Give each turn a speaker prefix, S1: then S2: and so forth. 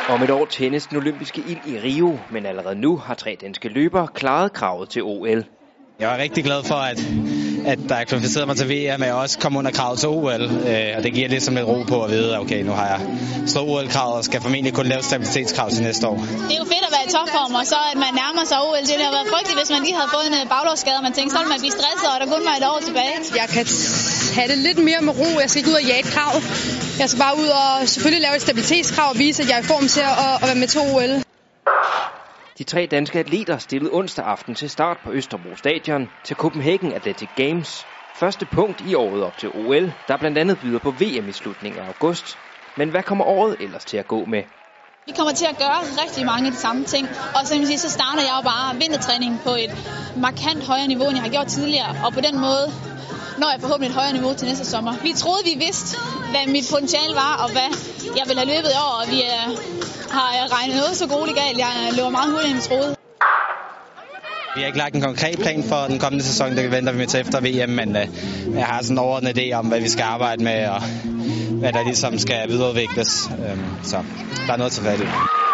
S1: Om et år tændes den olympiske ild i Rio, men allerede nu har 3 danske løbere klaret kravet til OL.
S2: Jeg er rigtig glad for, at der er kvalificeret mig til VM, og også komme under kravet til OL. Og det giver lidt ro på at vide, at okay, nu har jeg slået OL-kravet og skal formentlig kun lave stabilitetskrav til næste år.
S3: Det er jo fedt at være i topform, og så at man nærmer sig OL. Det har været frygteligt, hvis man lige havde fået en baglårsskade, og man tænkte, så ville man blive stresset, og der kun var et år tilbage.
S4: Jeg kan have det lidt mere med ro. Jeg skal ikke ud og jage krav. Jeg skal bare ud og selvfølgelig lave et stabilitetskrav og vise, at jeg er i form til at være med til OL.
S1: De 3 danske atleter stillede onsdag aften til start på Østerbro Stadion til Copenhagen Athletic Games. Første punkt i året op til OL, der blandt andet byder på VM i slutningen af august. Men hvad kommer året ellers til at gå med?
S3: Vi kommer til at gøre rigtig mange af de samme ting. Og så starter jeg jo bare vintertræning på et markant højere niveau, end jeg har gjort tidligere. Og på den måde når jeg forhåbentlig et højere niveau til næste sommer. Vi troede, vi vidste, hvad mit potentiale var, og hvad jeg ville have løbet i år. Og vi har regnet noget så grueligt galt. Jeg løber meget hurtigt, end vi troede.
S2: Vi har ikke lagt en konkret plan for den kommende sæson, det venter vi med til efter VM, men jeg har sådan en overordnet idé om, hvad vi skal arbejde med, og hvad der ligesom skal videreudvikles. Så der er noget til fat i.